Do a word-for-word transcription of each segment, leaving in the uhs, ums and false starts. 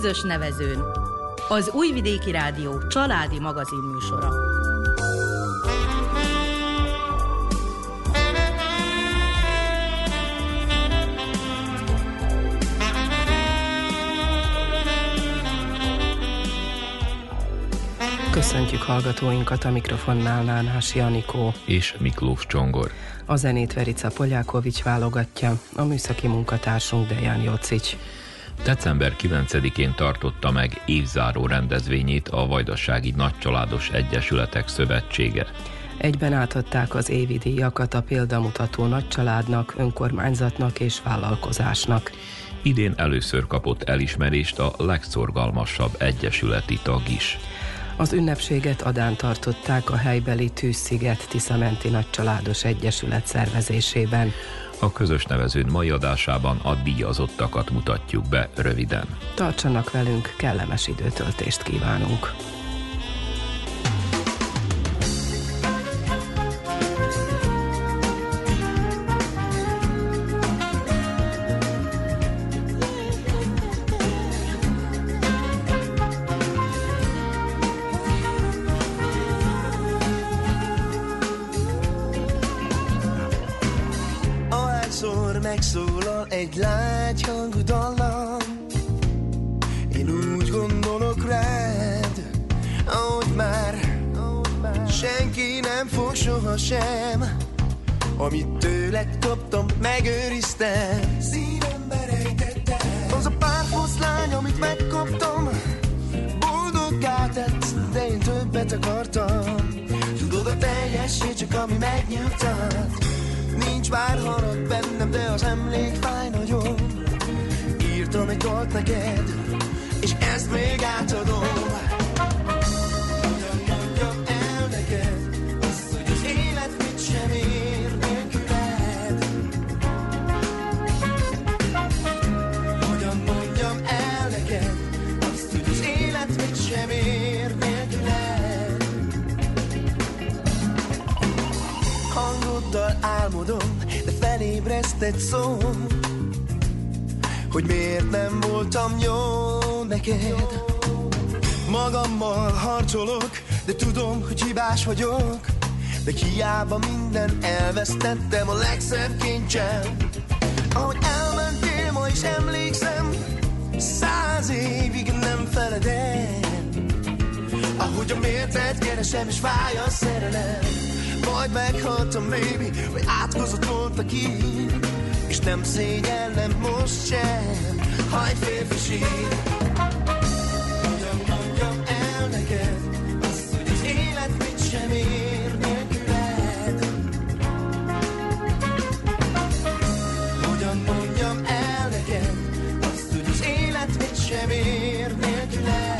közös nevezőn. Az Újvidéki Rádió családi magazinműsora. Köszöntjük hallgatóinkat, a mikrofonnál Nánás Janikó és Miklós Csongor. A zenét Verica Poljákovics válogatja, a műszaki munkatársunk Dejan Jocic. december kilencedikén tartotta meg évzáró rendezvényét a Vajdasági Nagycsaládos Egyesületek Szövetsége. Egyben átadták az évi díjakat a példamutató nagycsaládnak, önkormányzatnak és vállalkozásnak. Idén először kapott elismerést a legszorgalmasabb egyesületi tag is. Az ünnepséget Adán tartották a helybeli Tűz-sziget Tiszamenti Nagycsaládos Egyesület szervezésében. A közös nevezőn mai adásában a díjazottakat mutatjuk be röviden. Tartsanak velünk, kellemes időtöltést kívánunk! Megszólal egy lágy hangú dallam, én úgy gondolok rád, ahogy már, ahogy már senki nem fog sohasem. Amit tőled kaptam, megőriztem, szívembe rejtettem. Az a pár foszlány, amit megkaptam, boldoggá tett, de én többet akartam. Tudod, a teljesség csak ami megnyugtat. Nincs bár harag bennem, de az emlék fáj nagyon. Írtam egy dalt neked, és ezt még átadom. Hogyan mondjam el neked azt, hogy az élet mit sem ér nélküled. Hogyan mondjam el neked azt, hogy az élet mit sem ér nélküled. Hangoddal álmodom, de felébreszt egy szó, hogy miért nem voltam jó neked. Magammal harcolok, de tudom, hogy hibás vagyok, de hiába minden elvesztettem, a legszebb kincsem. Ahogy elmentél, ma is emlékszem, száz évig nem feledem. Ahogy a mértet keresem, és fáj a szerelem. Majd meghaltam, baby, hogy átkozott volt a kín, és nem szégyellem most sem, ha egy férfi sír. Hogyan mondjam el neked azt, hogy az élet mit sem ér nélküled. Hogyan mondjam el neked azt, hogy az élet mit sem ér nélküled.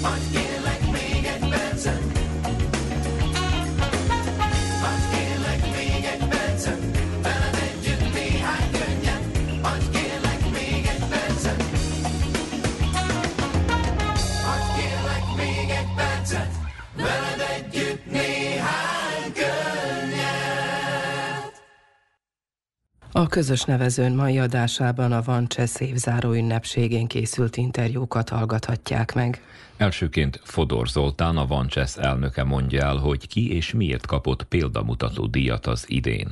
Hadd kérlek még egy percet, hadd kérlek még egy percet, veled együtt néhány könnyet. Hadd kérlek még egy percet, hadd kérlek még egy percet, veled együtt néhány könnyet. A közös nevezőn mai adásában a Van Csesz évzáró ünnepségén készült interjúkat hallgathatják meg. Elsőként Fodor Zoltán, a Van Csesz elnöke mondja el, hogy ki és miért kapott példamutató díjat az idén.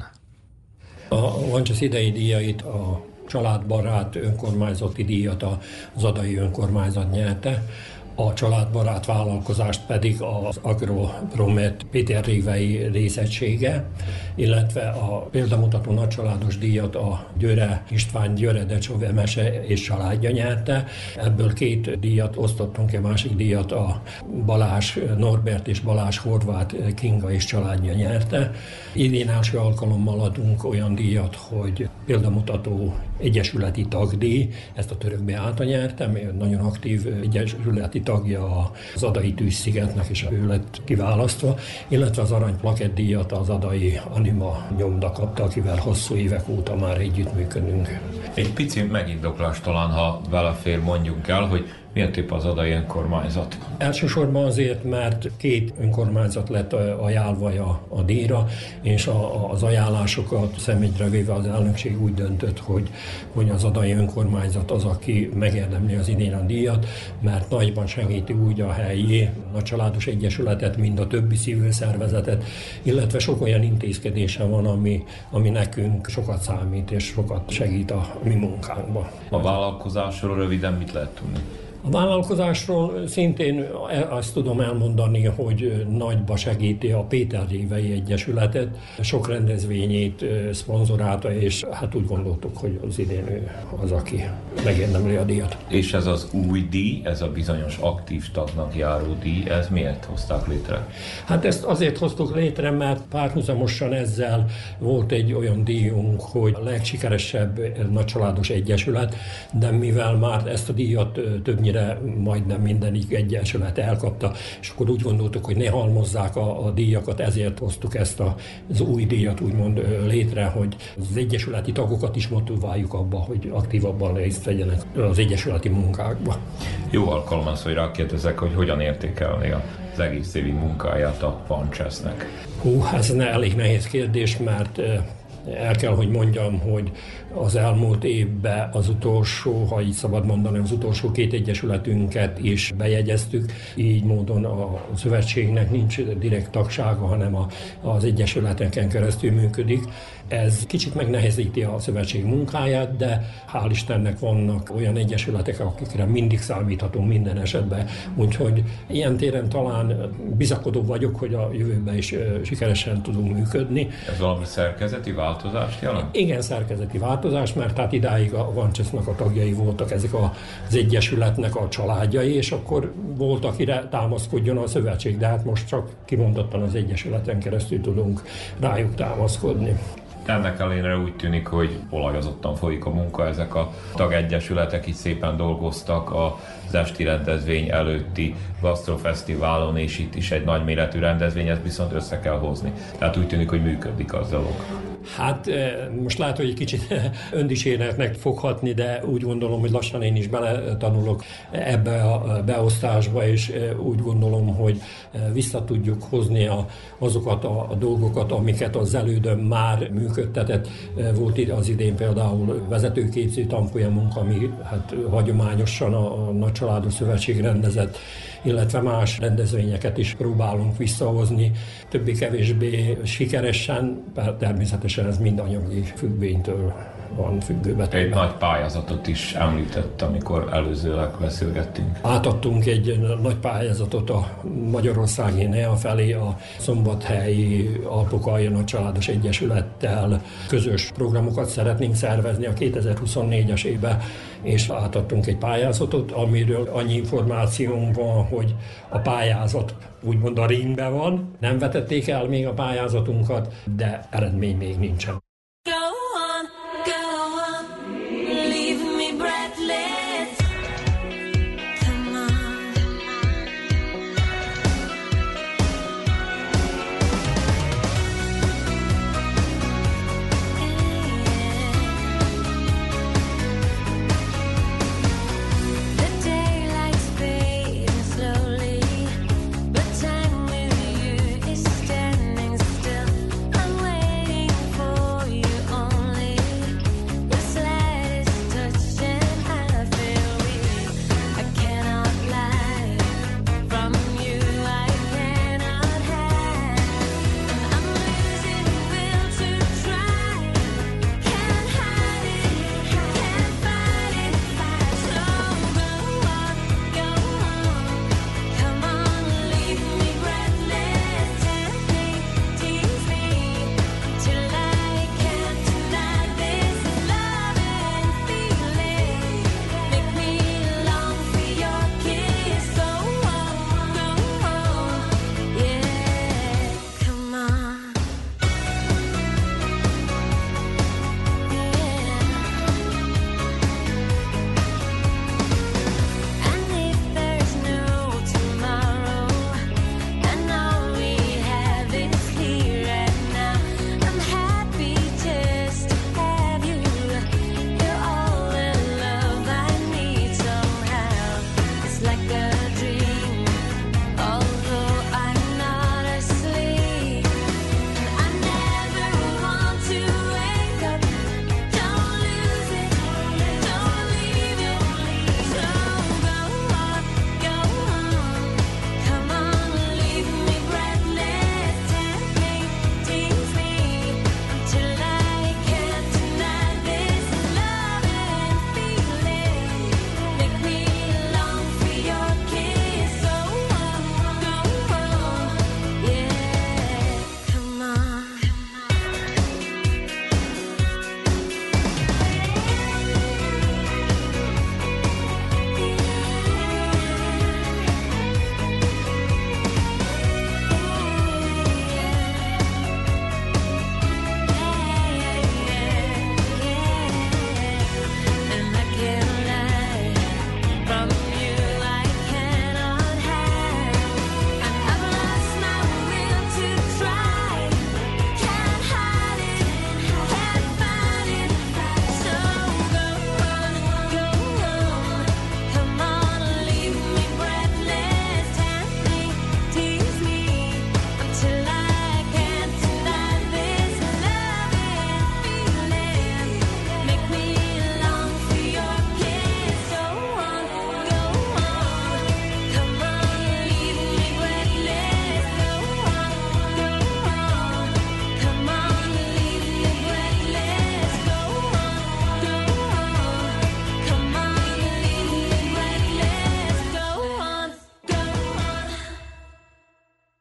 A Van Csesz idei díjait, a családbarát önkormányzati díjat az Adai önkormányzat nyerte, a családbarát vállalkozást pedig az Agropromet Péter Révei részegysége, illetve a példamutató nagycsaládos díjat a Győre István Győre Decsove mese és családja nyerte. Ebből két díjat osztottunk, egy másik díjat a Balázs Norbert és Balázs Horváth Kinga és családja nyerte. Idén első alkalommal adunk olyan díjat, hogy példamutató egyesületi tagdíj, ezt a Török Beáta nyerte, nagyon aktív egyesületi tagja az Adai Tűzszigetnek, és ő lett kiválasztva, illetve az arany plakett díjat az Adai Anima nyomda kapta, akivel hosszú évek óta már együttműködünk. Egy pici megindoklás talán, ha belefér, mondjunk el, hogy miért épp az Adai önkormányzat? Elsősorban azért, mert két önkormányzat lett ajánlva a, a díjra, és a, az ajánlásokat személyre véve az elnökség úgy döntött, hogy, hogy az Adai önkormányzat az, aki megérdemli az idén a díjat, mert nagyban segíti úgy a helyi nagycsaládos egyesületet, mind a többi civil szervezetet, illetve sok olyan intézkedése van, ami, ami nekünk sokat számít és sokat segít a mi munkánkban. A vállalkozásról röviden mit lehet tudni? A vállalkozásról szintén azt tudom elmondani, hogy nagyba segíti a Péter Révei Egyesületet, sok rendezvényét szponzorálta, és hát úgy gondoltuk, hogy az idén ő az, aki megérdemli a díjat. És ez az új díj, ez a bizonyos aktív tagnak járó díj, ez miért hozták létre? Hát ezt azért hoztuk létre, mert párhuzamosan ezzel volt egy olyan díjunk, hogy a legsikeresebb nagycsaládos egyesület, de mivel már ezt a díjat többnyire majdnem mindenik egyesület elkapta, és akkor úgy gondoltuk, hogy ne halmozzák a, a díjakat, ezért hoztuk ezt a, az új díjat úgymond létre, hogy az egyesületi tagokat is motiváljuk abba, hogy aktívabban részt vegyenek az egyesületi munkákba. Jó alkalom az, hogy rákérdezek, hogy hogyan értékelni az egész évi munkáját a Van Csesznek. Hú, ez ne, elég nehéz kérdés, mert el kell, hogy mondjam, hogy az elmúlt évben az utolsó, ha így szabad mondani, az utolsó két egyesületünket is bejegyeztük. Így módon a szövetségnek nincs direkt tagsága, hanem a, az egyesületeken keresztül működik. Ez kicsit megnehezíti a szövetség munkáját, de hál' Istennek vannak olyan egyesületek, akikre mindig számíthatunk minden esetben. Úgyhogy ilyen téren talán bizakodó vagyok, hogy a jövőben is sikeresen tudunk működni. Ez valami szerkezeti változást jelent? Igen, szerkezeti változás, mert hát idáig a Van Csesznek a tagjai voltak ezek az egyesületnek a családjai, és akkor volt, akire támaszkodjon a szövetség, de hát most csak kimondottan az egyesületen keresztül tudunk rájuk támaszkodni. Ennek ellenére úgy tűnik, hogy olajozottan folyik a munka, ezek a tagegyesületek így szépen dolgoztak az esti rendezvény előtti Gasztrofesztiválon, és itt is egy nagyméretű rendezvény, ezt viszont össze kell hozni. Tehát úgy tűnik, hogy működik az dolog. Hát most lehet, hogy egy kicsit öndíséretnek foghatni, de úgy gondolom, hogy lassan én is beletanulok ebbe a beosztásba, és úgy gondolom, hogy vissza tudjuk hozni a, azokat a, a dolgokat, amiket az elődön már működtetett. Volt az idén például vezetőképző tanfolyamunk, ami hát hagyományosan a, a Nagycsaládos Szövetség rendezett, illetve más rendezvényeket is próbálunk visszahozni, többé-kevésbé sikeresen, természetesen ez mind anyagi függvénytől van függőben. Egy nagy pályázatot is említett, amikor előzőleg beszélgettünk. Átadtunk egy nagy pályázatot a Magyarországi en e á felé, a Szombathelyi Alpokalja Nagycsaládos Egyesülettel közös programokat szeretnénk szervezni a kétezer-huszonnégyes évben, és átadtunk egy pályázatot, amiről annyi információnk van, hogy a pályázat úgymond a ringben van. Nem vetették el még a pályázatunkat, de eredmény még nincsen.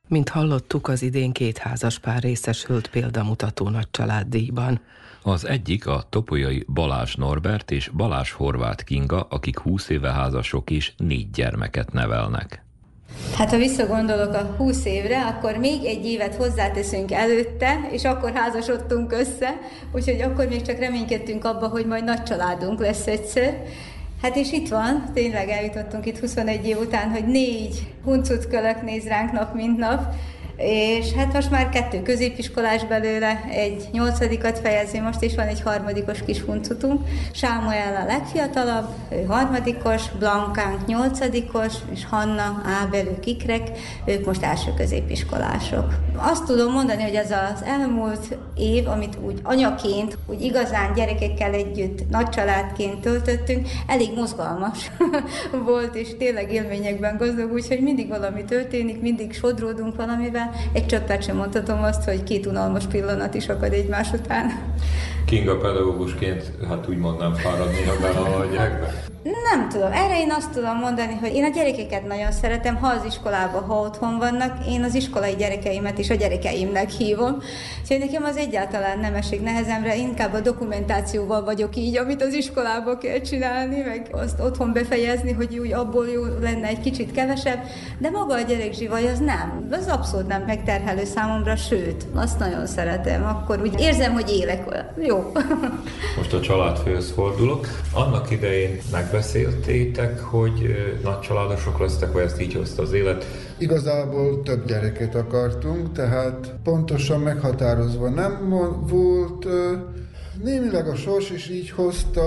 Mint hallottuk, az idén két házaspár részesült példamutató nagycsaláddíjban. Az egyik a topolyai Balázs Norbert és Balázs Horváth Kinga, akik húsz éve házasok és négy gyermeket nevelnek. Hát ha visszagondolok a húsz évre, akkor még egy évet hozzáteszünk előtte, és akkor házasodtunk össze, úgyhogy akkor még csak reménykedtünk abba, hogy majd nagy családunk lesz egyszer. Hát és itt van, tényleg eljutottunk itt huszonegy év után, hogy négy huncutkölök néz ránk nap mint nap, és hát most már kettő középiskolás belőle, egy nyolcadikat fejezi, most is van egy harmadikos kis huncutunk. Sámuel a legfiatalabb, ő harmadikos, Blankánk nyolcadikos, és Hanna, Ábel, ők ikrek, ők most első középiskolások. Azt tudom mondani, hogy ez az elmúlt év, amit úgy anyaként, úgy igazán gyerekekkel együtt, nagy családként töltöttünk, elég mozgalmas volt, és tényleg élményekben gazdag, úgyhogy mindig valami történik, mindig sodródunk valamivel. Egy csöppet sem mondhatom azt, hogy két unalmas pillanat is akad egymás után. Kinga pedagógusként, hát úgy mondnám, fáradni bele a gyerekbe? Nem tudom. Erre én azt tudom mondani, hogy én a gyerekeket nagyon szeretem, ha az iskolában, ha otthon vannak, én az iskolai gyerekeimet is a gyerekeimnek hívom. Úgyhogy nekem az egyáltalán nem esik nehezemre, inkább a dokumentációval vagyok így, amit az iskolába kell csinálni, meg azt otthon befejezni, hogy úgy abból jó lenne egy kicsit kevesebb, de maga a gyerekzsivaj az nem, az abszolút nem megterhelő számomra, sőt, azt nagyon szeretem, akkor úgy érzem, hogy élek olyan. Jó. Most a családfőhöz fordulok. Annak idején megbeszéltétek, hogy nagy családosok lesztek, vagy ezt így hozta az élet? Igazából több gyereket akartunk, tehát pontosan meghatározva nem volt. Némileg a sors is így hozta,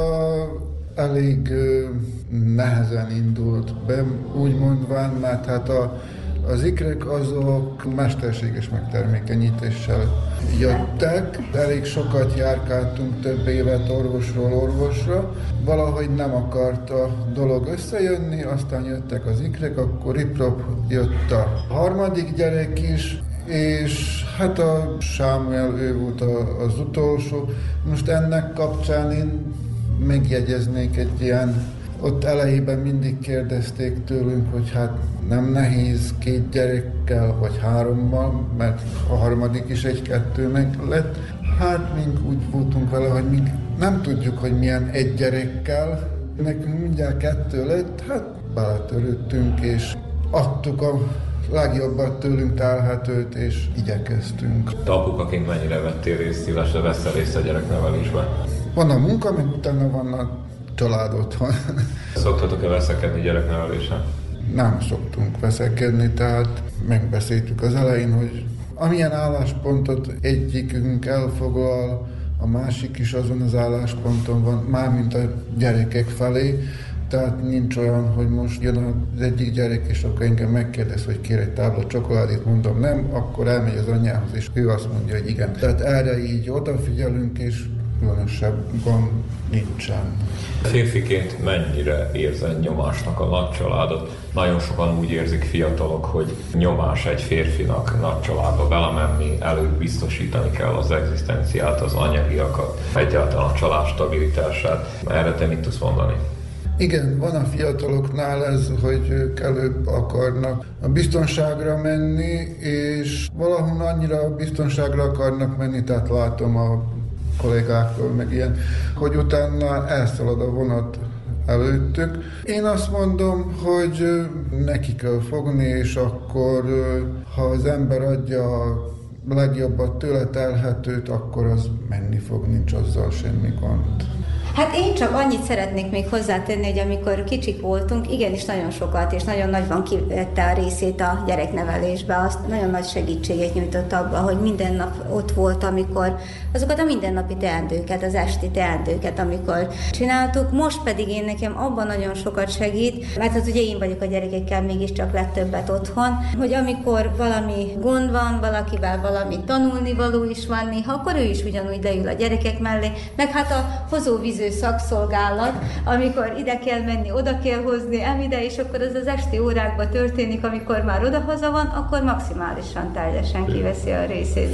elég nehezen indult be, úgy mondván, mert hát a Az ikrek azok mesterséges megtermékenyítéssel jöttek. Elég sokat járkáltunk, több évet orvosról orvosra. Valahogy nem akart a dolog összejönni, aztán jöttek az ikrek, akkor riprop jött a harmadik gyerek is, és hát a Sámuel, ő volt az utolsó. Most ennek kapcsán én megjegyeznék egy ilyen, ott elejében mindig kérdezték tőlünk, hogy hát nem nehéz két gyerekkel, vagy hárommal, mert a harmadik is egy-kettőnek lett. Hát mink úgy voltunk vele, hogy mink nem tudjuk, hogy milyen egy gyerekkel. Nekünk mindjárt kettő lett, hát beletörődtünk, és adtuk a legjobbat tőlünk telhetőt, és igyekeztünk. Te apukaként mennyire vettél részt, illetve veszel részt a gyereknevelésben? Van a munka, meg utána van a család otthon. Szoktatok-e veszekedni gyereknevelésen? Nem szoktunk veszekedni, tehát megbeszéltük az elején, hogy amilyen álláspontot egyikünk elfoglal, a másik is azon az állásponton van, mármint a gyerekek felé, tehát nincs olyan, hogy most jön az egyik gyerek, és akkor engem megkérdez, hogy kér egy tábla csokoládét, mondom nem, akkor elmegy az anyjához, és ő azt mondja, hogy igen. Tehát erre így odafigyelünk, és különösebb gond nincsen. Férfiként mennyire érzed nyomásnak a nagy családot? Nagyon sokan úgy érzik fiatalok, hogy nyomás egy férfinak nagy családba belemenni, előbb biztosítani kell az egzisztenciát, az anyagiakat, egyáltalán a család stabilitását. Erre te mit tudsz mondani? Igen, van a fiataloknál ez, hogy ők előbb akarnak a biztonságra menni, és valahol annyira a biztonságra akarnak menni, tehát látom a kollégáktól, meg ilyen, hogy utána elszalad a vonat előttük. Én azt mondom, hogy neki kell fogni, és akkor, ha az ember adja a legjobbat tőle telhetőt, akkor az menni fog, nincs azzal semmi gond. Hát én csak annyit szeretnék még hozzátenni, hogy amikor kicsik voltunk, igenis nagyon sokat és nagyon nagyban kivette a részét a gyereknevelésbe, azt nagyon nagy segítséget nyújtott abban, hogy minden nap ott volt, amikor azokat a mindennapi teendőket, az esti teendőket, amikor csináltuk. Most pedig én nekem abban nagyon sokat segít, mert hát ugye én vagyok a gyerekekkel mégiscsak legtöbbet otthon, hogy amikor valami gond van, valakivel valami tanulnivaló is van néha, akkor ő is ugyanúgy leül a gyerekek mellé, meg hát a hozóvíző szakszolgálat, amikor ide kell menni, oda kell hozni, emide, és akkor az az esti órákban történik, amikor már odahaza van, akkor maximálisan teljesen kiveszi a részét.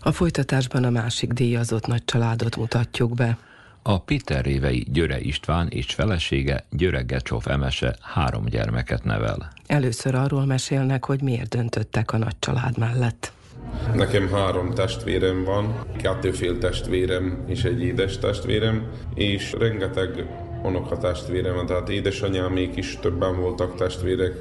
A folytatásban a másik díjazott nagy családot mutatjuk be. A Pitterrévei Györe István és felesége Györe Gecsov Emese három gyermeket nevel. Először arról mesélnek, hogy miért döntöttek a nagy család mellett. Nekem három testvérem van, kettőfél testvérem és egy édes testvérem, és rengeteg unokatestvérem van, tehát édesanyámék is többen voltak testvérek,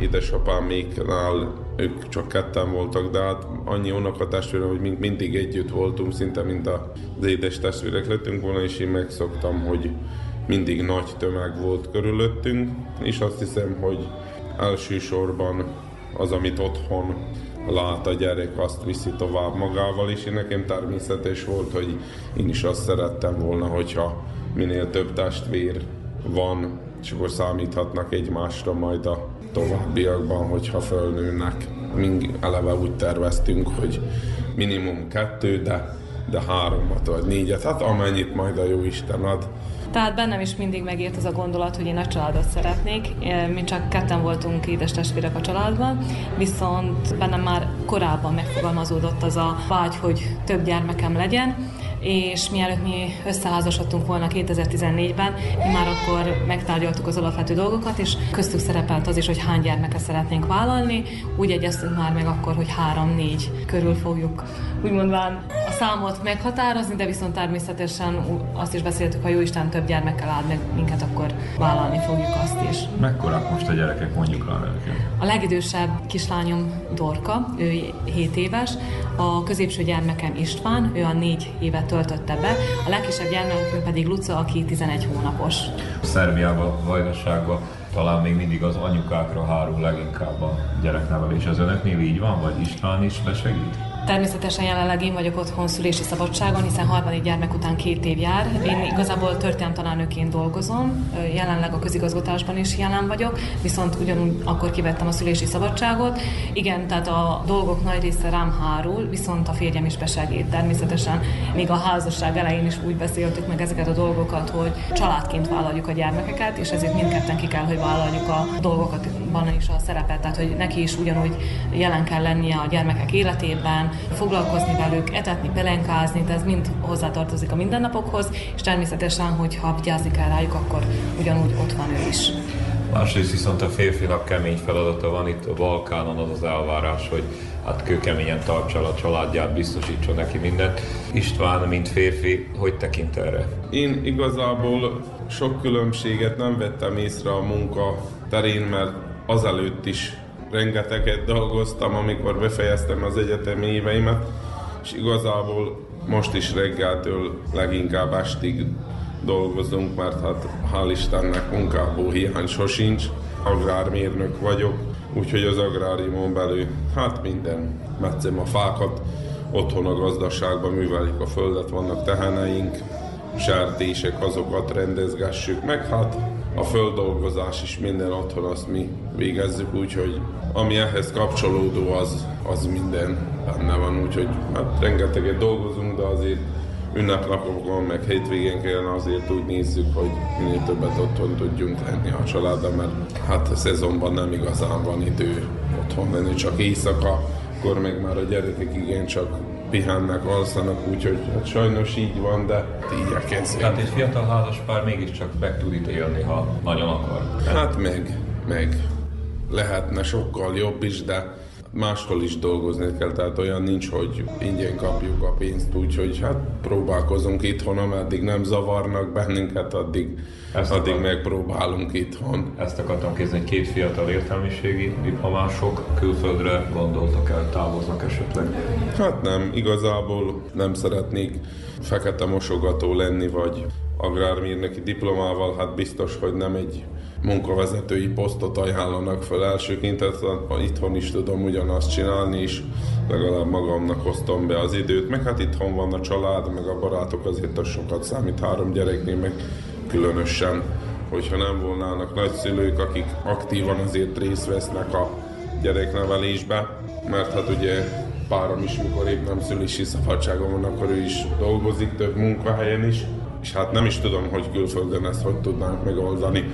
édesapáméknál ők csak ketten voltak, de hát annyi unokatestvérem, hogy mind, mindig együtt voltunk, szinte mint az édes testvérek lettünk volna, és én megszoktam, hogy mindig nagy tömeg volt körülöttünk, és azt hiszem, hogy elsősorban az, amit otthon lát a gyerek, azt viszi tovább magával, és én nekem természetes volt, hogy én is azt szerettem volna, hogyha minél több testvér van, és akkor számíthatnak egymásra majd a továbbiakban, hogyha fölnőnek. Mi eleve úgy terveztünk, hogy minimum kettő, de, de háromat vagy négyet, hát amennyit majd a Jóisten ad. Tehát bennem is mindig megért az a gondolat, hogy én nagy családot szeretnék. Mi csak ketten voltunk édes testvérek a családban, viszont bennem már korábban megfogalmazódott az a vágy, hogy több gyermekem legyen, és mielőtt mi összeházasodtunk volna kétezer-tizennégyben, mi már akkor megtárgyaltuk az alapvető dolgokat, és köztük szerepelt az is, hogy hány gyermeket szeretnénk vállalni. Úgy egyeztünk már meg akkor, hogy három-négy körül fogjuk úgymondván a számot meghatározni, de viszont természetesen azt is beszéltük, ha Jóisten több gyermekkel áld meg minket, akkor vállalni fogjuk azt is. Mekkorák most a gyerekek, mondjuk rá őket? A legidősebb kislányom Dorka, ő hét éves, a középső gyermekem István, ő a négy évet töltötte be, a legkisebb gyermekünk pedig Luca, aki tizenegy hónapos. Szerbiában, Vajdaságban talán még mindig az anyukákra hárul leginkább a gyereknevelés. Az önöknél így van, vagy István is besegít? Természetesen jelenleg én vagyok otthon szülési szabadságon, hiszen harmadik gyermek után két év jár. Én igazából történelemtanárnőként dolgozom, jelenleg a közigazgatásban is jelen vagyok, viszont ugyanúgy akkor kivettem a szülési szabadságot. Igen, tehát a dolgok nagy része rám hárul, viszont a férjem is besegít. Természetesen még a házasság elején is úgy beszéltük meg ezeket a dolgokat, hogy családként vállaljuk a gyermekeket, és ezért mindketten ki kell, hogy vállaljuk a dolgokat, van is a szerepet, tehát hogy neki is ugyanúgy jelen kell lennie a gyermekek életében, foglalkozni velük, etetni, pelenkázni, de ez mind hozzátartozik a mindennapokhoz, és természetesen, hogyha vigyázni kell rájuk, akkor ugyanúgy ott van ő is. Másrészt viszont a férfinak kemény feladata van itt a Balkánon, az az elvárás, hogy hát kőkeményen tartsa a családját, biztosítson neki mindent. István, mint férfi, hogy tekint erre? Én igazából sok különbséget nem vettem észre a munka terén, mert azelőtt is rengeteget dolgoztam, amikor befejeztem az egyetemi éveimet, és igazából most is reggeltől leginkább estig dolgozunk, mert hát hál' Istennek munkából hiány sosincs. Agrármérnök vagyok, úgyhogy az agráriumon belül hát minden. Metszem a fákat, otthon a gazdaságban művelik a földet, vannak teheneink, sertések, azokat rendezgessük meg, hát a földolgozás is minden otthon, azt mi végezzük, úgyhogy ami ehhez kapcsolódó, az, az minden benne van, úgyhogy hát rengeteget dolgozunk, de azért ünnepnapokon, meg hétvégén kellene azért úgy nézzük, hogy minél többet otthon tudjunk lenni a családdal, mert hát a szezonban nem igazán van idő otthon lenni, csak éjszaka, akkor meg már a gyerekek igen csak pihennek, alszanak, úgyhogy hát sajnos így van, de igyekezzünk. Tehát egy fiatal házaspár mégiscsak meg tud itt élni, ha nagyon akar. Hát meg, meg lehetne sokkal jobb is, de máshol is dolgozni kell, tehát olyan nincs, hogy ingyen kapjuk a pénzt, úgyhogy hát próbálkozunk itthon, ameddig nem zavarnak bennünket, addig, addig megpróbálunk itthon. Ezt akartam kérdezni, hogy két fiatal értelmiségi diplomások külföldre gondoltak el, távoznak esetleg? Hát nem, igazából nem szeretnék fekete mosogató lenni, vagy agrármérnöki diplomával, hát biztos, hogy nem egy munkavezetői posztot ajánlanak fel elsőként, tehát itthon is tudom ugyanazt csinálni, és legalább magamnak hoztam be az időt, meg hát itthon van a család, meg a barátok, azért az sokat számít három gyereknél, meg különösen, hogyha nem volnának nagyszülők, akik aktívan azért részt vesznek a gyereknevelésbe, mert hát ugye párom is, mikor épp nem szülési szabadságon van, akkor ő is dolgozik több munkahelyen is, és hát nem is tudom, hogy külföldön ezt hogy tudnánk megoldani.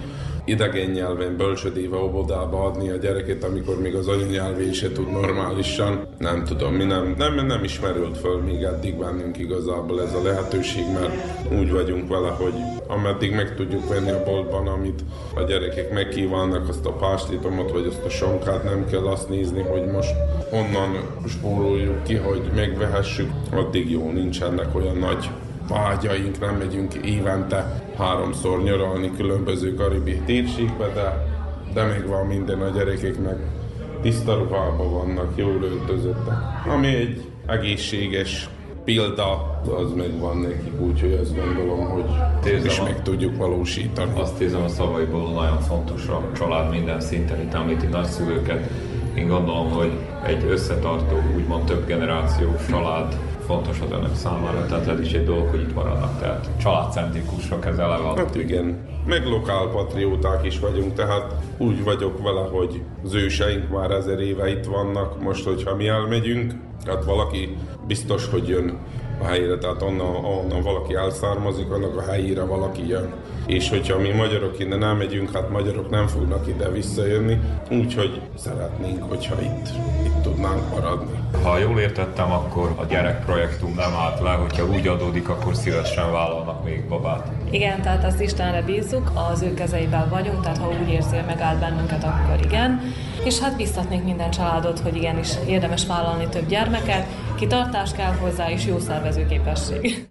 idegen nyelven bölcsödébe, óvodába adni a gyereket, amikor még az anyanyelvén se tud normálisan. Nem tudom, mi nem, nem, nem ismerült föl még eddig bennünk igazából ez a lehetőség, mert úgy vagyunk vele, hogy ameddig meg tudjuk venni a boltban, amit a gyerekek megkívánnak, azt a pástétomot, vagy azt a sonkát, nem kell azt nézni, hogy most honnan spóroljuk ki, hogy megvehessük. Addig jó, nincsenek olyan nagy vágyaink, nem megyünk évente háromszor nyaralni különböző karibi térségbe, de, de még van minden a gyerekeknek. Tiszta ruhában vannak, jól öltözöttek. Ami egy egészséges példa, az meg van nekik, úgyhogy azt gondolom, hogy Térzem is meg tudjuk valósítani. Azt érzem a szavaiból, nagyon fontos a család minden szinten, itt említi nagyszülőket. Én gondolom, hogy egy összetartó, úgymond több generációs család fontos az önök számára, tehát ez is egy dolog, hogy itt maradnak, tehát családcentrikusok ez eleve. Hát igen, meg lokálpatrióták is vagyunk, tehát úgy vagyok vele, hogy az őseink már ezer éve itt vannak, most, hogyha mi elmegyünk, hát valaki biztos, hogy jön a helyére, tehát onnan, onnan valaki elszármazik, annak a helyére valaki jön. És hogyha mi magyarok innen elmegyünk, hát magyarok nem fognak ide visszajönni, úgyhogy szeretnénk, hogyha itt, itt tudnánk maradni. Ha jól értettem, akkor a gyerekprojektum nem állt le, hogyha úgy adódik, akkor szívesen vállalnak még babát. Igen, tehát azt Istenre bízzuk, az ő kezeiben vagyunk, tehát ha úgy érzi, megállt bennünket, akkor igen. És hát biztatnék minden családot, hogy igenis érdemes vállalni több gyermeket, kitartás kell hozzá, és jó szervezőképesség.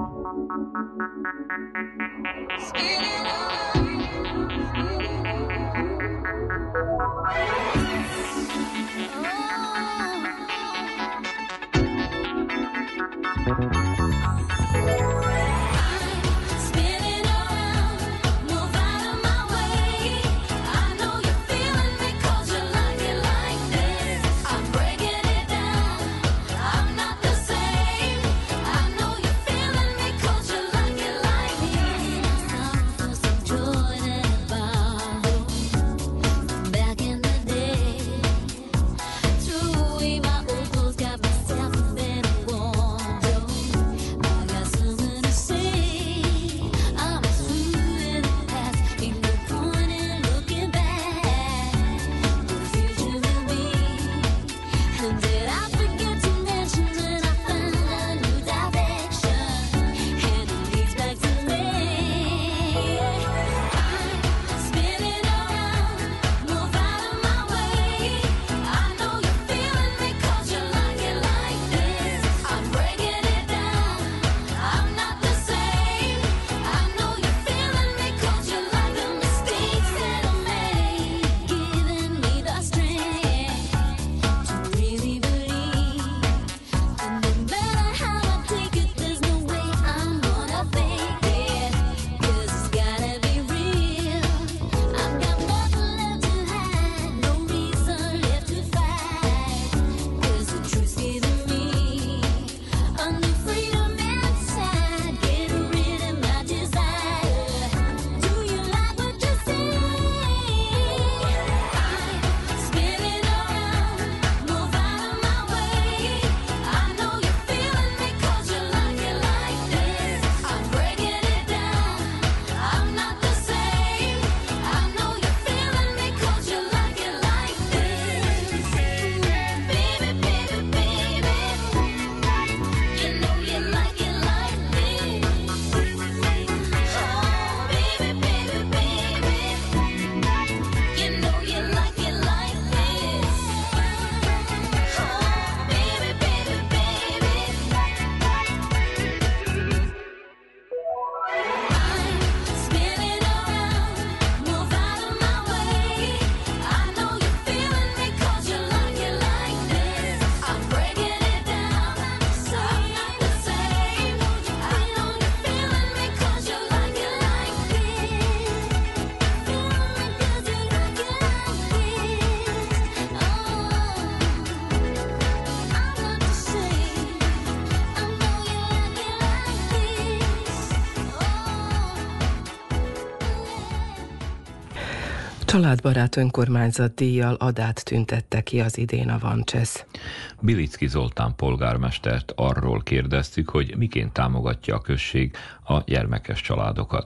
Családbarát önkormányzat díjjal adát tüntette ki az idén a Vancsesz. Bilicki Zoltán polgármestert arról kérdeztük, hogy miként támogatja a község a gyermekes családokat.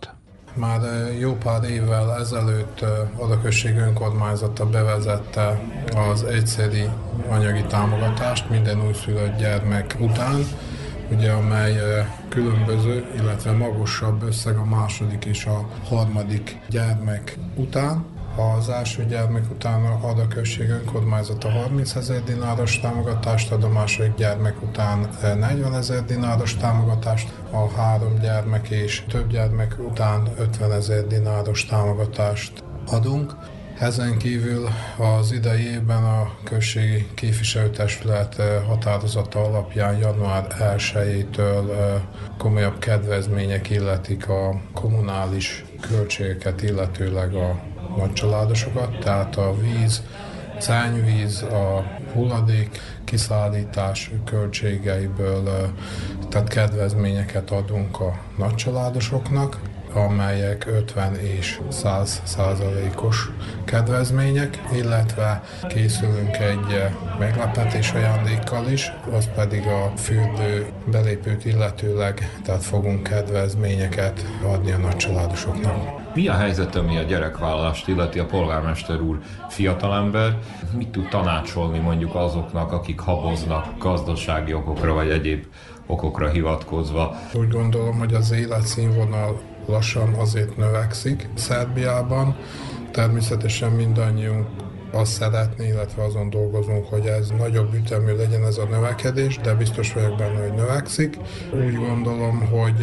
Már jó pár évvel ezelőtt Adakösség önkormányzata bevezette az egyszeri anyagi támogatást minden újszülött gyermek után, ugye, amely különböző, illetve magasabb összeg a második és a harmadik gyermek után. Az első gyermek után ad a község önkormányzata harmincezer dináros támogatást, ad a második gyermek után negyvenezer dináros támogatást, a három gyermek és több gyermek után ötvenezer dináros támogatást adunk. Ezen kívül az idei évben a községi képviselőtestület határozata alapján január elsejétől komolyabb kedvezmények illetik a kommunális költségeket, illetőleg a nagycsaládosokat, tehát a víz, szennyvíz, a hulladék kiszállítás költségeiből, tehát kedvezményeket adunk a nagycsaládosoknak, amelyek ötven és száz százalékos kedvezmények, illetve készülünk egy meglepetés ajándékkal is, az pedig a fürdő belépőt illetőleg, tehát fogunk kedvezményeket adni a nagycsaládosoknak. Mi a helyzet, ami a gyerekvállalást illeti? A polgármester úr fiatalember, mit tud tanácsolni mondjuk azoknak, akik haboznak gazdasági okokra vagy egyéb okokra hivatkozva? Úgy gondolom, hogy az életszínvonal lassan azért növekszik Szerbiában. Természetesen mindannyiunk azt szeretné, illetve azon dolgozunk, hogy ez nagyobb ütemű legyen ez a növekedés, de biztos vagyok benne, hogy növekszik. Úgy gondolom, hogy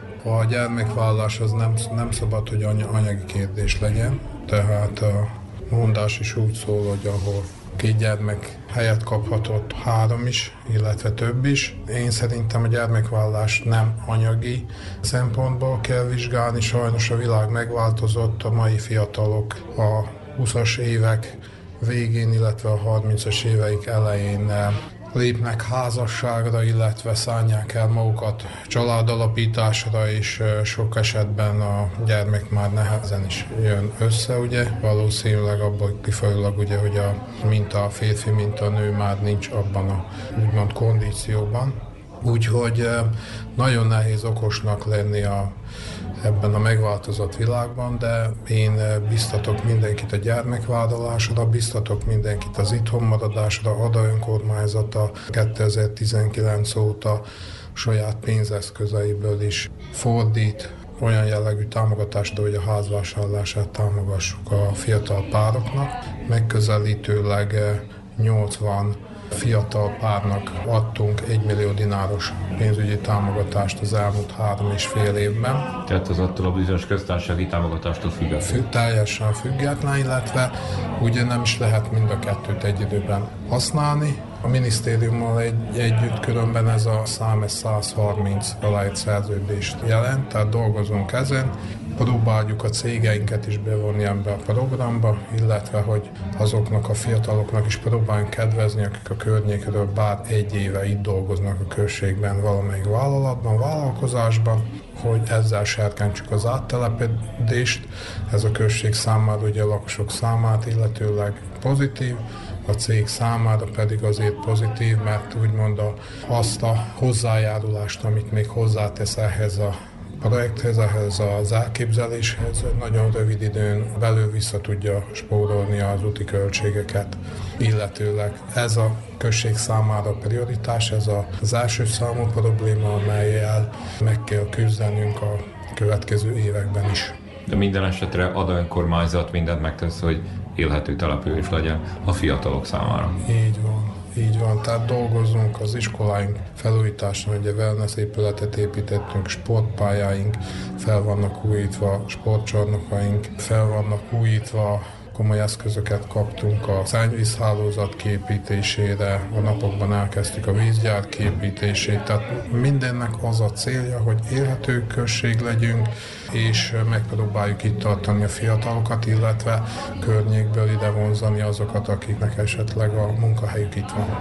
a gyermekvállalás az nem, nem szabad, hogy anyagi kérdés legyen, tehát a mondás is úgy szól, hogy ahol két gyermek helyet kaphatott három is, illetve több is. Én szerintem a gyermekvállalást nem anyagi szempontból kell vizsgálni, sajnos a világ megváltozott, a mai fiatalok a húszas évek végén, illetve a harmincas éveik elején lépnek házasságra, illetve szánják el magukat családalapításra, és sok esetben a gyermek már nehezen is jön össze, ugye. Valószínűleg abból kifolyólag, ugye, hogy a, mint a férfi, mint a nő már nincs abban a úgymond kondícióban. Úgyhogy nagyon nehéz okosnak lenni a, ebben a megváltozott világban, de én biztatok mindenkit a gyermekvállalásra, biztatok mindenkit az itthonmaradásra. Ada önkormányzata kétezer-tizenkilenc óta saját pénzeszközeiből is fordít olyan jellegű támogatást, hogy a házvásárlását támogassuk a fiatal pároknak. Megközelítőleg nyolcvan fiatal párnak adtunk egymillió dináros pénzügyi támogatást az elmúlt három és fél évben. Tehát az attól a bizonyos köztársasági támogatástól független? Függ, teljesen független, illetve ugye nem is lehet mind a kettőt egy időben használni. A minisztériummal egy, együtt különben ez a szám száz harminc aláírt szerződést jelent, tehát dolgozunk ezen. Próbáljuk a cégeinket is bevonni ebbe a programba, illetve hogy azoknak a fiataloknak is próbáljunk kedvezni, akik a környékről bár egy éve itt dolgoznak a községben, valamelyik vállalatban, vállalkozásban, hogy ezzel serkentsük az áttelepedést. Ez a község számára, ugye a lakosok számát illetőleg pozitív, a cég számára pedig azért pozitív, mert úgymond a, azt a hozzájárulást, amit még hozzátesz ehhez a projekthez, ehhez az elképzeléshez, nagyon rövid időn belül vissza tudja spórolni az úti költségeket. Illetőleg ez a község számára prioritás, ez az első számú probléma, amellyel meg kell küzdenünk a következő években is. De minden esetre Ada önkormányzat mindent megtesz, hogy élhető település legyen a fiatalok számára. Így van. Így van, tehát dolgozunk az iskoláink felújításon, ugye wellness épületet építettünk, sportpályáink fel vannak újítva, sportcsarnokaink fel vannak újítva, komoly eszközöket kaptunk a szennyvízhálózat kiépítésére, a napokban elkezdtük a vízgyár kiépítését, tehát mindennek az a célja, hogy élhető község legyünk, és megpróbáljuk itt tartani a fiatalokat, illetve környékből ide vonzani azokat, akiknek esetleg a munkahelyük itt van.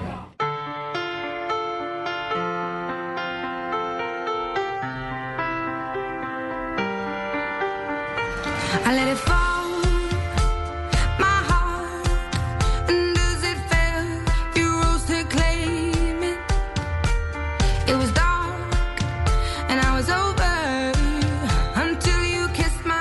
I let it fall. It was dark and I was over until you kissed my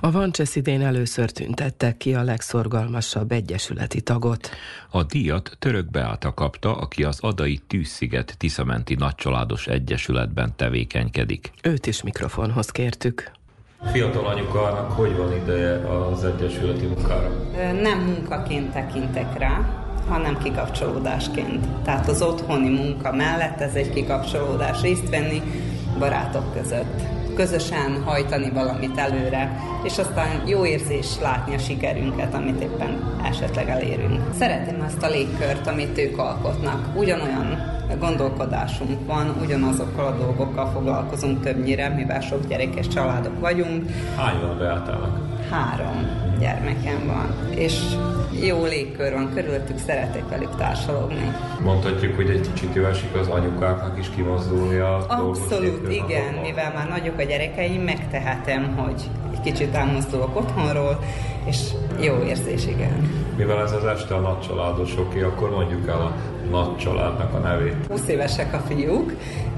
A Vancsesz idén először tüntettek ki a legszorgalmasabb egyesületi tagot. A díjat Török Beáta kapta, aki az Adai Tűzsziget Tiszamenti Nagycsaládos Egyesületben tevékenykedik. Őt is mikrofonhoz kértük. Fiatal anyukának hogy van ideje az egyesületi munkára? Nem munkaként tekintek rá, hanem kikapcsolódásként. Tehát az otthoni munka mellett ez egy kikapcsolódás, részt venni barátok között. Közösen hajtani valamit előre, és aztán jó érzés látni a sikerünket, amit éppen esetleg elérünk. Szeretem azt a légkört, amit ők alkotnak. Ugyanolyan gondolkodásunk van, ugyanazokkal a dolgokkal foglalkozunk többnyire, mivel sok gyerekes családok vagyunk. Hány van Beátának? Három gyermekem van, és jó légkör van körülöttük, szeretek velük társalogni. Mondhatjuk, hogy egy kicsit jó esik az anyukáknak is kimozdulni a Abszolút, igen, mivel már nagyok a gyerekeim, megtehetem, hogy egy kicsit elmozdulok otthonról, és jó érzés, igen. Mivel ez az este a nagycsaládosoké, akkor mondjuk el a nagycsaládnak a nevét. húsz évesek a fiúk,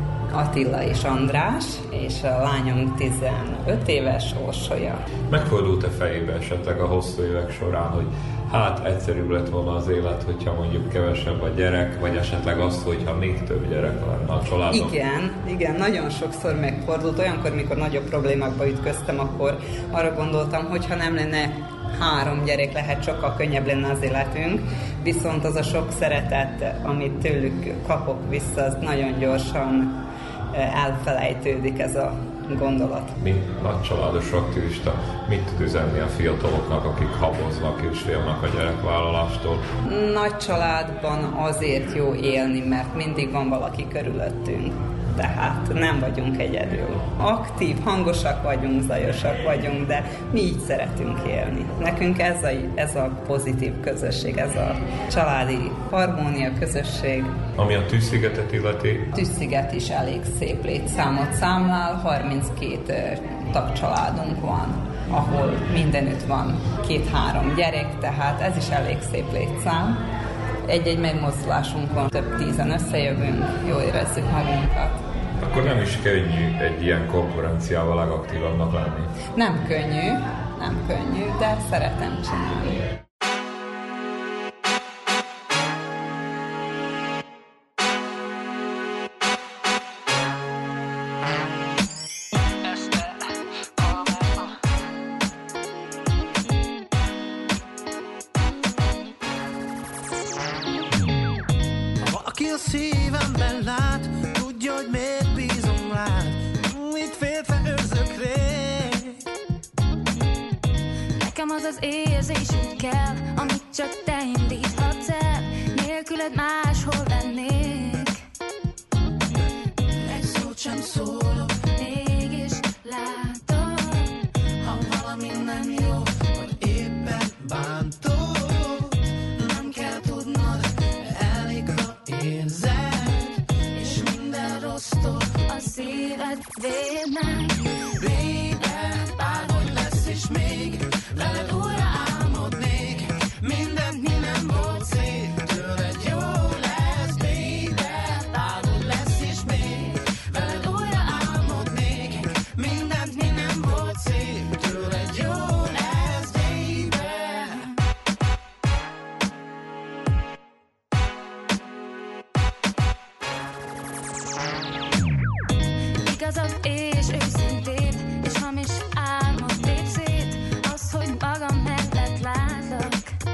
Attila és András, és a lányom tizenöt éves, Orsolya. Megfordult-e fejébe esetleg a hosszú évek során, hogy hát egyszerűbb lett volna az élet, hogyha mondjuk kevesebb a gyerek, vagy esetleg az, hogyha még több gyerek lenne a családban? Igen, igen, nagyon sokszor megfordult. Olyankor, mikor nagyobb problémákba ütköztem, akkor arra gondoltam, hogyha nem lenne három gyerek, lehet sokkal könnyebb lenne az életünk, viszont az a sok szeretet, amit tőlük kapok vissza, az nagyon gyorsan elfelejtődik, ez a gondolat. Mint nagycsaládos aktivista, mit tud üzenni a fiataloknak, akik haboznak és félnek a gyerekvállalástól? Nagy családban azért jó élni, mert mindig van valaki körülöttünk. Tehát nem vagyunk egyedül. Aktív, hangosak vagyunk, zajosak vagyunk, de mi így szeretünk élni. Nekünk ez a, ez a pozitív közösség, ez a családi harmónia, közösség. Ami a Tűzszigetet illeti? Tűzsziget is elég szép létszámot számlál, harminckét tagcsaládunk van, ahol mindenütt van két-három gyerek, tehát ez is elég szép létszám. Egy-egy megmozdulásunk van, több tízen összejövünk, jól érezzük magunkat. Akkor nem is könnyű egy ilyen konkurenciával legaktívabbnak lenni. Nem könnyű, nem könnyű, de szeretem csinálni. Szívemben lát, tudja, hogy miért bízom rád. Itt féltve őrzök rég. Nekem az az érzésünk kell, amit csak te indíthatsz el. Nélküled máshol lennék. Egy szót sem szólok, mégis látom. Ha valami nem jó, vagy éppen bántom, nem kell tudnod, elég, ha érzed, és minden rossztól a szíved véd meg. Véded, bárhogy lesz is még, veled újra álmodnék. Mindent, mi nem volt szép, tőled jó lesz. Véded, bárhogy lesz is még, veled újra álmodnék. Mindent, mi nem volt szép, tőled jó lesz. Véded. Igazabb és őszintébb, és hamis álmod tép szét, az, hogy magam mellett látlak.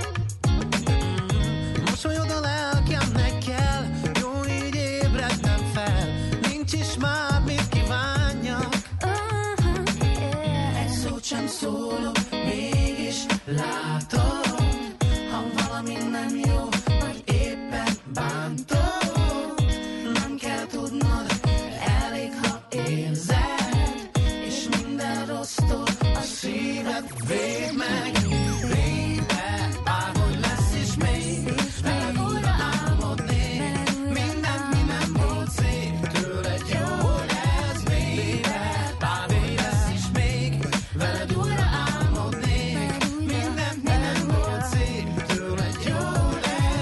Mosolyod a lelkemnek kell, jó így ébrednem fel, nincs is már mit kívánjak. Uh-huh, yeah. Egy szót sem szólok, mégis látom, ha valami nem jó, vagy éppen bántom, nem kell tudnod, elég, ha érzed, és minden rossztól a szíved véd meg. Véded, bárhogy lesz is még, veled újra álmodnék. Mindent, mi nem volt szép, tőled jó lesz. Véded, bárhogy lesz is még, veled újra álmodnék. Mindent, mi nem volt szép, tőled jó lesz.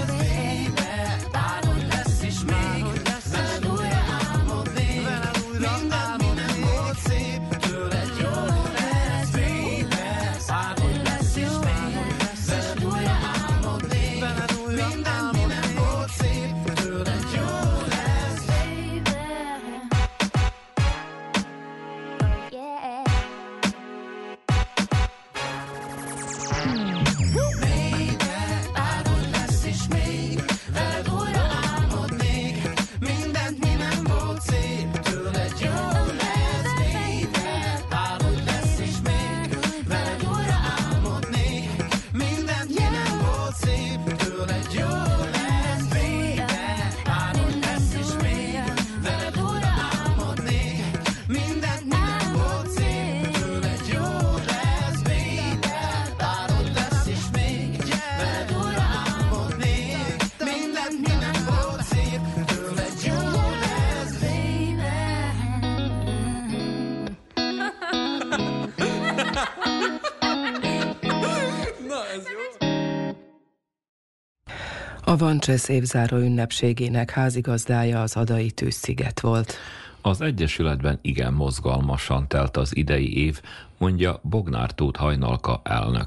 A Vancsesz évzáró ünnepségének házigazdája az Adai Tűzsziget volt. Az Egyesületben igen mozgalmasan telt az idei év, mondja Bognár Tóth Hajnalka elnök.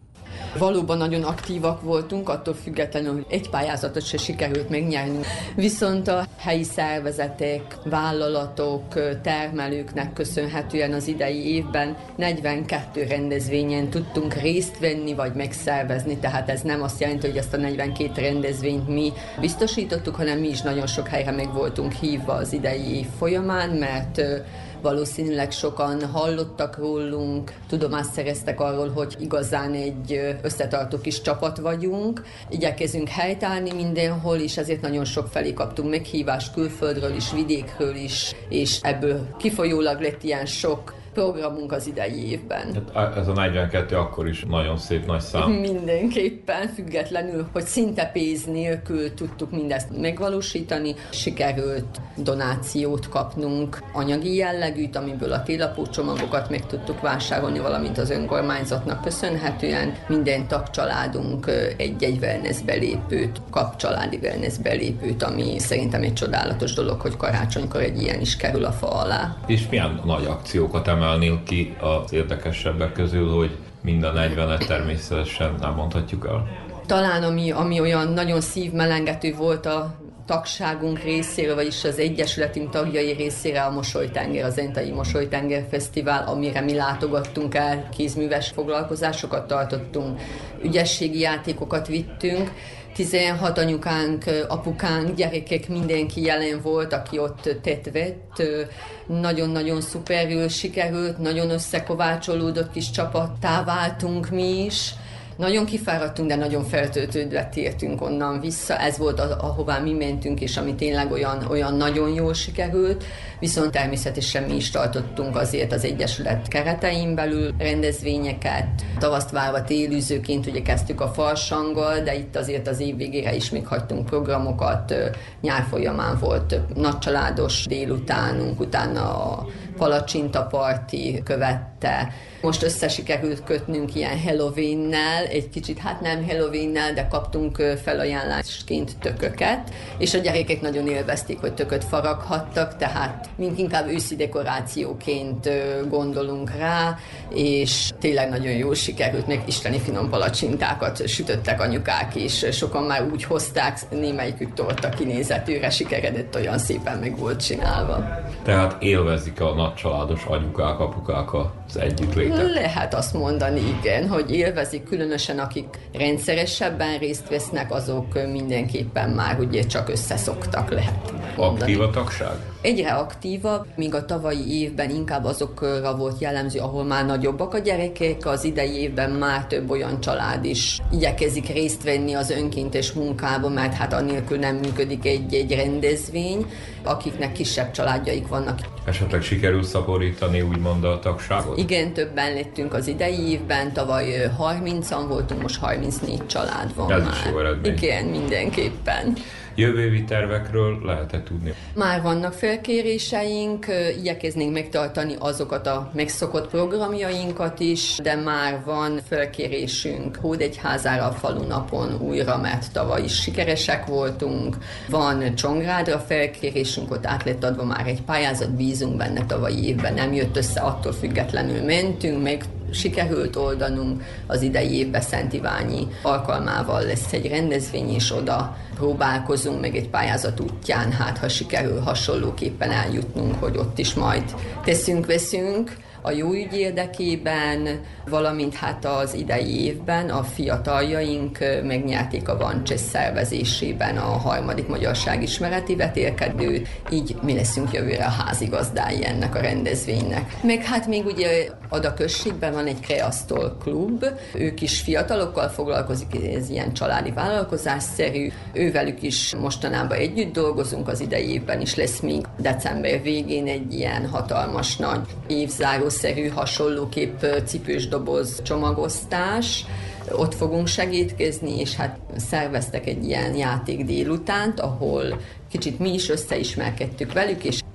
Valóban nagyon aktívak voltunk, attól függetlenül, hogy egy pályázatot se sikerült megnyernünk. Viszont a helyi szervezetek, vállalatok, termelőknek köszönhetően az idei évben negyvenkét rendezvényen tudtunk részt venni, vagy megszervezni, tehát ez nem azt jelenti, hogy ezt a negyvenkét rendezvényt mi biztosítottuk, hanem mi is nagyon sok helyre meg voltunk hívva az idei év folyamán, mert valószínűleg sokan hallottak rólunk, tudomást szereztek arról, hogy igazán egy összetartó kis csapat vagyunk. Igyekezünk helytállni mindenhol, és ezért nagyon sok felé kaptunk meghívást külföldről is, vidékről is, és ebből kifolyólag lett ilyen sok programunk az idei évben. Ez a negyvenkettő akkor is nagyon szép nagy szám. Mindenképpen, függetlenül, hogy szinte pénz nélkül tudtuk mindezt megvalósítani. Sikerült donációt kapnunk, anyagi jellegűt, amiből a télapócsomagokat meg tudtuk vásárolni, valamint az önkormányzatnak köszönhetően. Minden tagcsaládunk egy-egy wellness belépőt kap, családi wellness belépőt, ami szerintem egy csodálatos dolog, hogy karácsonykor egy ilyen is kerül a fa alá. És milyen nagy akciókat emelnél ki az érdekesebbek közül, hogy mind a negyvenet természetesen nem mondhatjuk el? Talán ami, ami olyan nagyon szívmelengető volt a tagságunk részéről, vagyis az Egyesületünk tagjai részére a Mosolytenger, az Entai Mosolytenger Fesztivál, amire mi látogattunk el, kézműves foglalkozásokat tartottunk, ügyességi játékokat vittünk, tizenhat anyukánk, apukánk, gyerekek, mindenki jelen volt, aki ott tett vett. Nagyon-nagyon szuperül sikerült, nagyon összekovácsolódott kis csapattá váltunk mi is. Nagyon kifáradtunk, de nagyon feltöltődve tértünk onnan vissza. Ez volt, az, ahová mi mentünk, és ami tényleg olyan, olyan nagyon jól sikerült. Viszont természetesen mi is tartottunk azért az Egyesület keretein belül rendezvényeket. Tavaszt várva télűzőként ugye kezdtük a farsanggal, de itt azért az év végére is még hagytunk programokat. Nyár folyamán volt nagycsaládos délutánunk, utána a palacsintaparti követte. Most összesikerült kötnünk ilyen Halloweennel, egy kicsit, hát nem Halloweennel, de kaptunk felajánlásként tököket, és a gyerekek nagyon élvezték, hogy tököt faraghattak, tehát mink inkább őszi dekorációként gondolunk rá, és tényleg nagyon jól sikerült, még isteni finom palacsintákat sütöttek anyukák, és sokan már úgy hozták, némelyikük torta kinézetűre sikeredett, olyan szépen meg volt csinálva. Tehát élvezik a nagycsaládos anyukák, apukák az együttlétet? Lehet azt mondani, igen, hogy élvezik, különösen akik rendszeresebben részt vesznek, azok mindenképpen már ugye csak összeszoktak, lehet mondani. Aktív a tagság? Egyre aktívabb, míg a tavalyi évben inkább azokra volt jellemző, ahol már nagyobbak a gyerekek, az idei évben már több olyan család is igyekezik részt venni az önkéntes munkában, mert hát annélkül nem működik egy-egy rendezvény, akiknek kisebb családjaik vannak. Esetleg sikerül szaporítani úgymond a tagságot? Igen, többen lettünk az idei évben, tavaly harmincan voltunk, most harmincnégy család van. Ez már. is jó eredmény. Igen, mindenképpen. Jövő évi tervekről lehet-e tudni? Már vannak felkéréseink, igyekeznénk megtartani azokat a megszokott programjainkat is, de már van felkérésünk Hódegyházára a falunapon újra, mert tavaly is sikeresek voltunk. Van Csongrádra felkérésünk, ott át lett adva már egy pályázat, bízunk benne, tavalyi évben nem jött össze, attól függetlenül mentünk, meg sikerült oldanunk. Az idei évben Szent Iványi alkalmával lesz egy rendezvény, és oda próbálkozunk meg egy pályázat útján, hát ha sikerül hasonlóképpen eljutnunk, hogy ott is majd teszünk-veszünk a jó ügy érdekében, valamint hát az idei évben a fiataljaink megnyerték a Vancsesz szervezésében a harmadik magyarságismereti vetélkedőt, így mi leszünk jövőre a házigazdái ennek a rendezvénynek. Meg hát még ugye Ada községben van egy Kreasztol klub, ők is fiatalokkal foglalkozik, ez ilyen családi vállalkozásszerű, ővelük is mostanában együtt dolgozunk, az idei évben is lesz még december végén egy ilyen hatalmas nagy évzárószerű hasonlóképp cipős doboz csomagosztás, ott fogunk segítkezni, és hát szerveztek egy ilyen játék délutánt, ahol kicsit mi is összeismerkedtük velük, és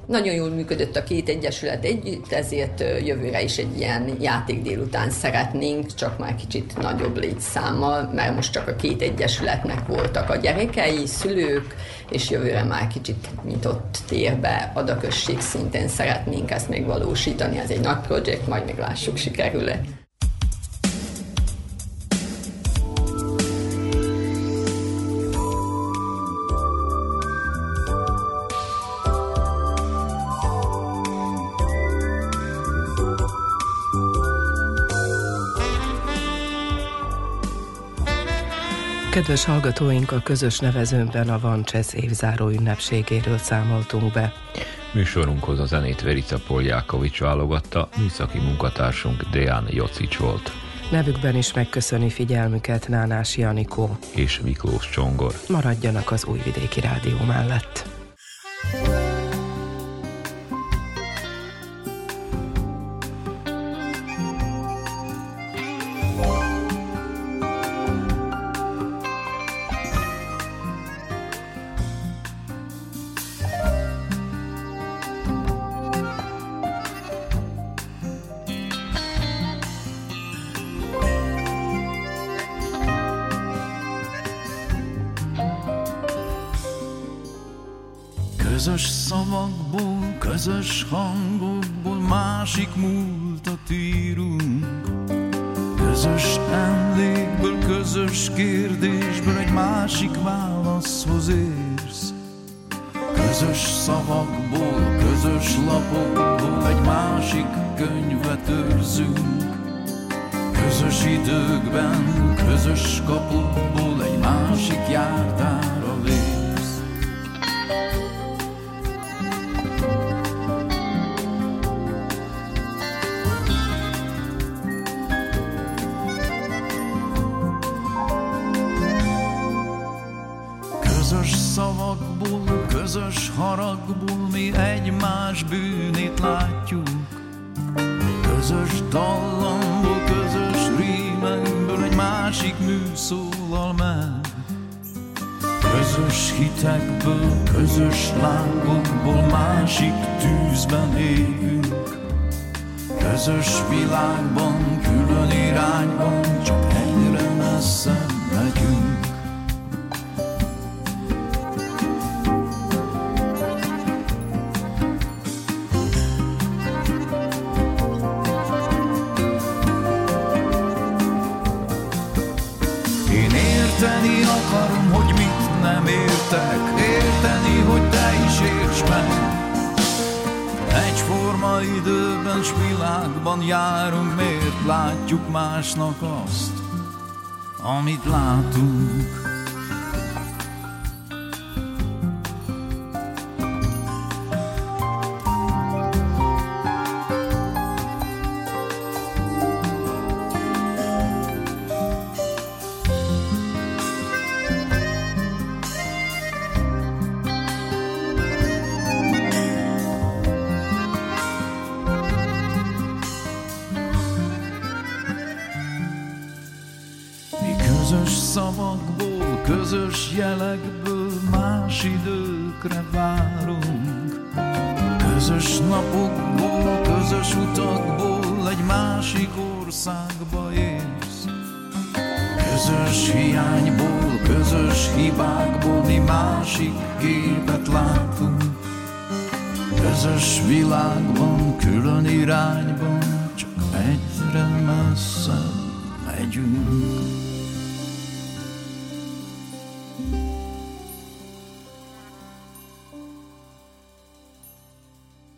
Nagyon jól működött a két egyesület együtt, ezért jövőre is egy ilyen játék délután szeretnénk, csak már kicsit nagyobb létszámmal, mert most csak a két egyesületnek voltak a gyerekei, szülők, és jövőre már kicsit nyitott térbe, Ada-község szinten szeretnénk ezt megvalósítani. Ez egy nagy projekt, majd még lássuk, sikerül-e. Kedves hallgatóink, a közös nevezőnkben a Van Csesz évzáró ünnepségéről számoltunk be. Műsorunkhoz a zenét Verica Poljákovics válogatta, műszaki munkatársunk Deán Jocics volt. Nevükben is megköszöni figyelmüket Nánási Anikó és Miklós Csongor. Maradjanak az Újvidéki Rádió mellett. Közös szavakból, közös hangokból másik múltat írunk. Közös emlékből, közös kérdésből egy másik válaszhoz érsz. Közös szavakból, közös lapokból egy másik könyvet őrzünk. Közös időkben, közös kapukból egy másik járdára lépsz. Közös szavakból, közös haragból mi egymás bűnét látjuk. Közös dallamból, közös rímekből egy másik mű szólal meg. Közös hitekből, közös lángokból másik tűzben égünk. Közös világban, külön irányban csak egyre messzebb megyünk. Érteni akarom, hogy mit nem értek, érteni, hogy te is érts meg. Egyforma időben s világban járunk, miért látjuk másnak azt, amit látunk. Közös szavakból, közös jelekből más időkre várunk. Közös napokból, közös utakból egy másik országba érsz. Közös hiányból, közös hibákból mi másik képet látunk. Közös világban, külön irányban csak egyre messzebb megyünk.